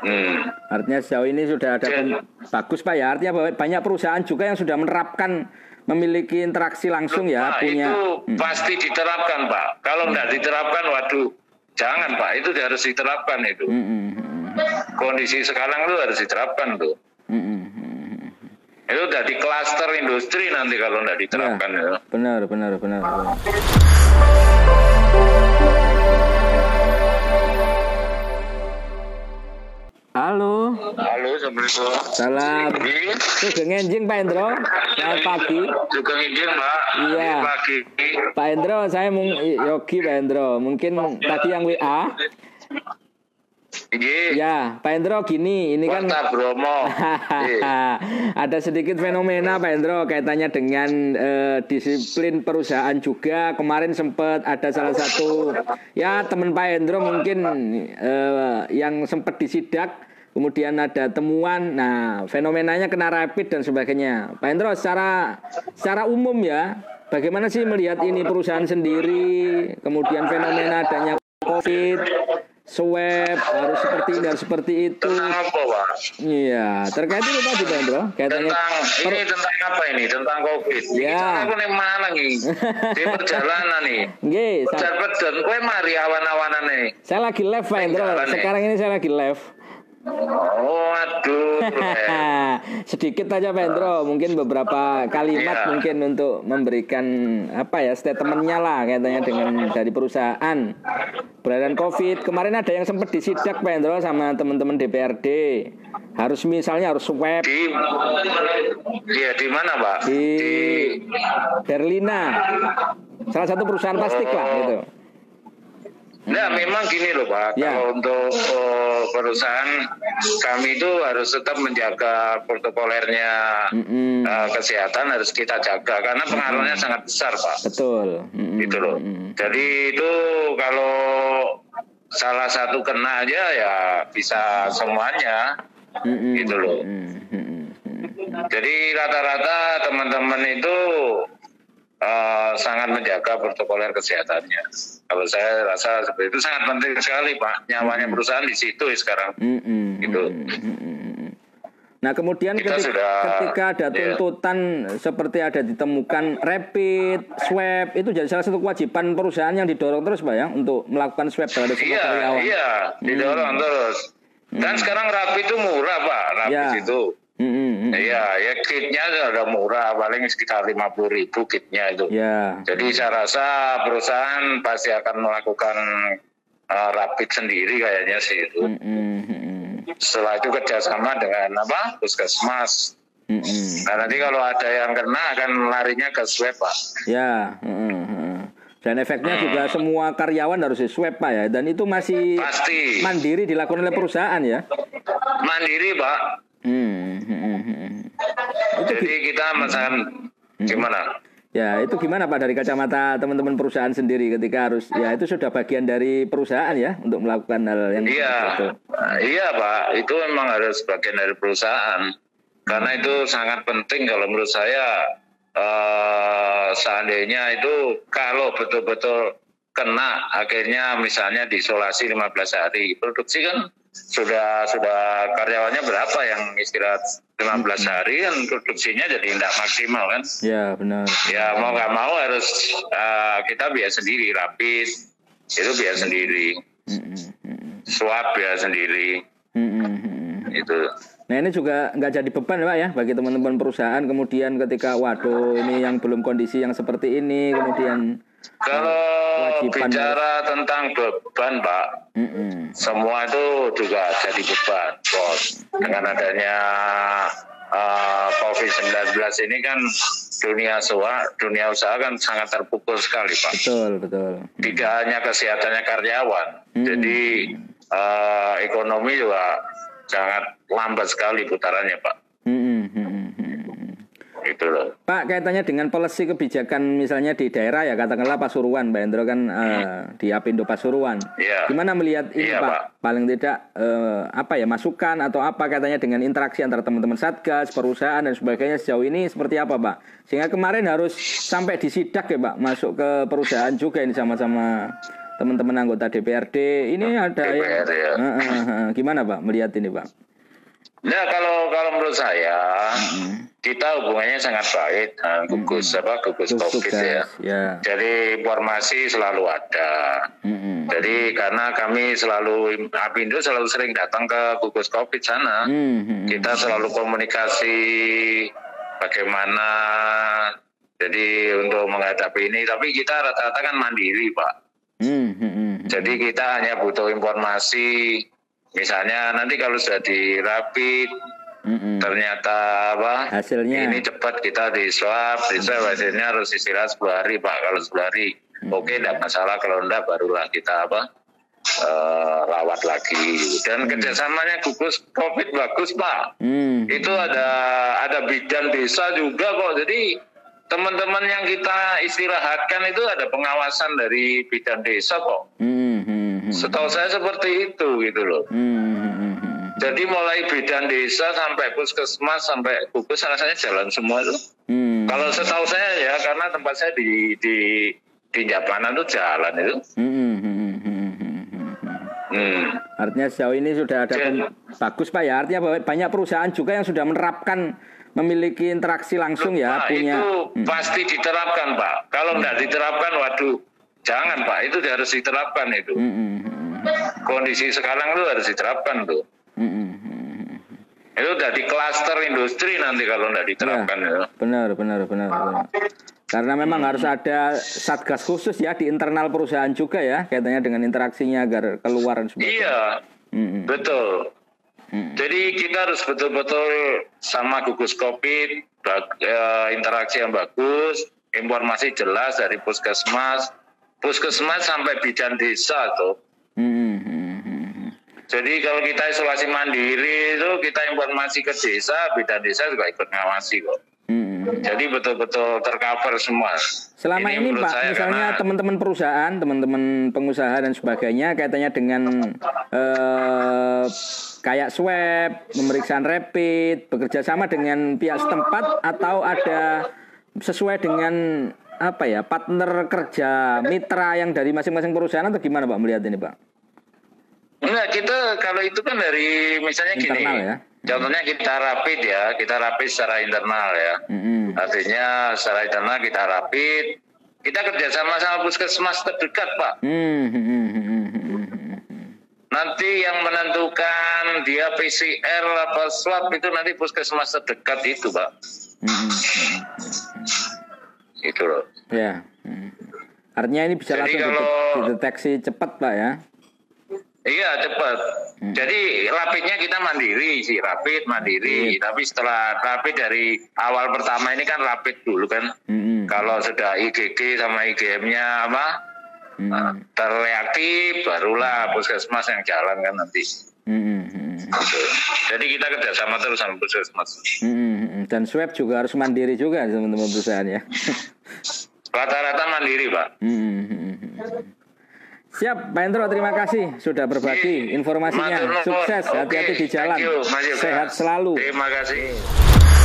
Artinya sejauh ini sudah ada bagus Pak ya. Artinya banyak perusahaan juga yang sudah menerapkan memiliki interaksi langsung ya. Pak, punya. Itu pasti diterapkan Pak. Kalau nggak diterapkan, waduh, jangan Pak. Itu harus diterapkan itu. Kondisi sekarang itu harus diterapkan tuh. Itu udah di klaster industri nanti kalau nggak diterapkan ya. Benar. Halo, Assalamualaikum. salam. Sugeng Enjing Pak Hendro. Selamat pagi. Juga izin Pak. Iya. Pagi. Pak Hendro, saya Yogi Pak Hendro. Mungkin tadi yang WA. Iya. Ya, Pak Hendro gini, ini kan Bromo. ada sedikit fenomena Pak Hendro kaitannya dengan disiplin perusahaan juga. Kemarin sempat ada salah satu ya teman Pak Hendro mungkin yang sempat disidak, kemudian ada temuan. Nah, fenomenanya kena rapid dan sebagainya. Pak Hendro secara umum ya, bagaimana sih melihat ini perusahaan sendiri, kemudian fenomena adanya COVID, swab harus seperti ini, harus seperti itu. Tentang apa, Pak? Iya, terkait itu tadi, Pak Hendro. Tentang tentang apa ini? Tentang COVID. Ya. Aku nih mana nih? Di perjalanan nih. Nggih, Pedan, kowe mari awan-awanan nih. saya lagi live, Pak Hendro. Sekarang ini saya lagi live. Oh, aduh. Sedikit aja Pak Hendro, mungkin beberapa kalimat mungkin untuk memberikan statementnya lah kaitannya dengan dari perusahaan beradaan COVID. Kemarin ada yang sempat disidak Pak Hendro sama teman-teman DPRD, harus swab di mana Pak? di Berlina, salah satu perusahaan plastik lah gitu. Nah, memang gini loh Pak, kalau untuk perusahaan kami itu harus tetap menjaga protokolernya kesehatan harus kita jaga karena pengaruhnya sangat besar Pak. Betul. Gitu loh. Jadi itu kalau salah satu kena aja ya bisa semuanya. Gitu loh. Jadi rata-rata teman-teman itu sangat menjaga protokoler kesehatannya. Kalau saya rasa seperti itu sangat penting sekali Pak. Nyawanya perusahaan di situ sekarang. Gitu. Nah kemudian ketika ada tuntutan seperti ada ditemukan rapid, swab, itu jadi salah satu kewajiban perusahaan yang didorong terus Pak ya untuk melakukan swab terhadap semua karyawan. Iya, didorong terus. Dan sekarang rapid itu murah Pak, rapid itu. Iya, ya kitnya sudah murah, paling sekitar 50.000 kitnya itu. Jadi saya rasa perusahaan pasti akan melakukan rapid sendiri kayaknya sih itu. Setelah itu kerjasama dengan puskesmas. Nah nanti kalau ada yang kena akan larinya ke swab Pak. Dan efeknya juga semua karyawan harus di swab Pak ya. Dan itu masih pasti mandiri dilakukan oleh perusahaan ya. Mandiri Pak. Jadi kita misalkan gimana? Ya itu gimana Pak dari kacamata teman-teman perusahaan sendiri ketika harus itu sudah bagian dari perusahaan ya untuk melakukan hal yang itu. Iya Pak, itu memang harus bagian dari perusahaan karena itu sangat penting kalau menurut saya. Seandainya itu kalau betul-betul kena akhirnya misalnya diisolasi 15 hari, produksi kan sudah karyawannya berapa yang istirahat 15 hari kan produksinya jadi tidak maksimal kan. Ya benar. Ya mau nggak mau harus kita biaya sendiri, rapid itu biaya sendiri, swab biaya sendiri. Itu. Nah ini juga nggak jadi beban Pak ya bagi teman-teman perusahaan kemudian ketika waduh ini yang belum kondisi yang seperti ini kemudian kalau bicara tentang beban Pak, semua itu juga jadi beban bos. Dengan adanya COVID-19 ini kan dunia usaha kan sangat terpukul sekali Pak. Betul. Tidak hanya kesehatannya karyawan, jadi ekonomi juga sangat lambat sekali putarannya Pak. Gitu loh. Pak kaitannya dengan policy kebijakan misalnya di daerah ya katakanlah Pasuruan, Pak Hendro kan di Apindo Pasuruan. Gimana melihat ini Pak? Paling tidak masukan atau apa katanya dengan interaksi antara teman-teman Satgas, perusahaan dan sebagainya sejauh ini seperti apa Pak? Sehingga kemarin harus sampai disidak ya Pak masuk ke perusahaan juga ini sama-sama teman-teman anggota DPRD ini ada DPR, yang gimana Pak melihat ini Pak? Nah kalau menurut saya kita hubungannya sangat baik dengan gugus COVID ya. Jadi informasi selalu ada. Jadi karena kami Apindo selalu sering datang ke gugus COVID sana. Kita selalu komunikasi bagaimana jadi untuk menghadapi ini. Tapi kita rata-rata kan mandiri Pak. Jadi kita hanya butuh informasi. Misalnya nanti kalau sudah dirapid ternyata hasilnya ini cepat kita di swab hasilnya harus istirahat 10 hari Pak. Kalau 10 hari oke, tidak masalah. Kalau enggak barulah kita rawat lagi. Dan kerjasamanya gugus COVID bagus Pak. Itu ada bidan desa juga kok. Jadi teman-teman yang kita istirahatkan itu ada pengawasan dari bidan desa kok. Setahu saya seperti itu gitu loh. Jadi mulai bidan desa sampai puskesmas sampai gugus rasanya jalan semua itu. Kalau setahu saya ya, karena tempat saya di Japanan tuh jalan itu. Artinya sejauh ini sudah ada bagus Pak ya. Artinya banyak perusahaan juga yang sudah menerapkan memiliki interaksi langsung ya. Punya itu pasti diterapkan Pak. Kalau nggak diterapkan, waduh, jangan Pak. Itu harus diterapkan itu. Kondisi sekarang itu harus diterapkan tuh. Itu udah di klaster industri nanti kalau nggak diterapkan ya. Benar. Karena memang harus ada satgas khusus ya di internal perusahaan juga ya, kaitannya dengan interaksinya agar keluar dan sebagainya. Iya, betul. Jadi kita harus betul-betul sama gugus COVID, interaksi yang bagus, informasi jelas dari puskesmas sampai bidan desa tuh. Jadi kalau kita isolasi mandiri itu kita informasi ke desa, bidan desa juga ikut ngawasi kok. Jadi betul-betul tercover semua. Selama ini Pak, misalnya teman-teman perusahaan, teman-teman pengusaha dan sebagainya kaitannya dengan kayak swab, pemeriksaan rapid, bekerja sama dengan pihak setempat atau ada sesuai dengan partner kerja mitra yang dari masing-masing perusahaan atau gimana Pak melihat ini Pak? Enggak, kita kalau itu kan dari misalnya internal gini, ya? Contohnya kita rapid secara internal ya. Artinya secara internal kita rapid, kita kerjasama sama puskesmas terdekat Pak. Nanti yang menentukan dia PCR atau swab itu nanti puskesmas terdekat itu Pak. Itu loh. Ya. Artinya ini bisa langsung dideteksi cepat Pak ya? Iya cepat. Jadi rapidnya kita mandiri sih, rapid mandiri. Tapi setelah rapid dari awal pertama ini kan rapid dulu kan. Kalau sudah IgG sama IgM-nya terreaktif, barulah puskesmas yang jalan kan nanti. Jadi kita kerjasama terus sama puskesmas. Dan swab juga harus mandiri juga teman-teman perusahaan ya. Rata-rata mandiri Pak. Siap, Pak Hendro, terima kasih sudah berbagi informasinya. Sukses, hati-hati di jalan. Sehat selalu. Terima kasih.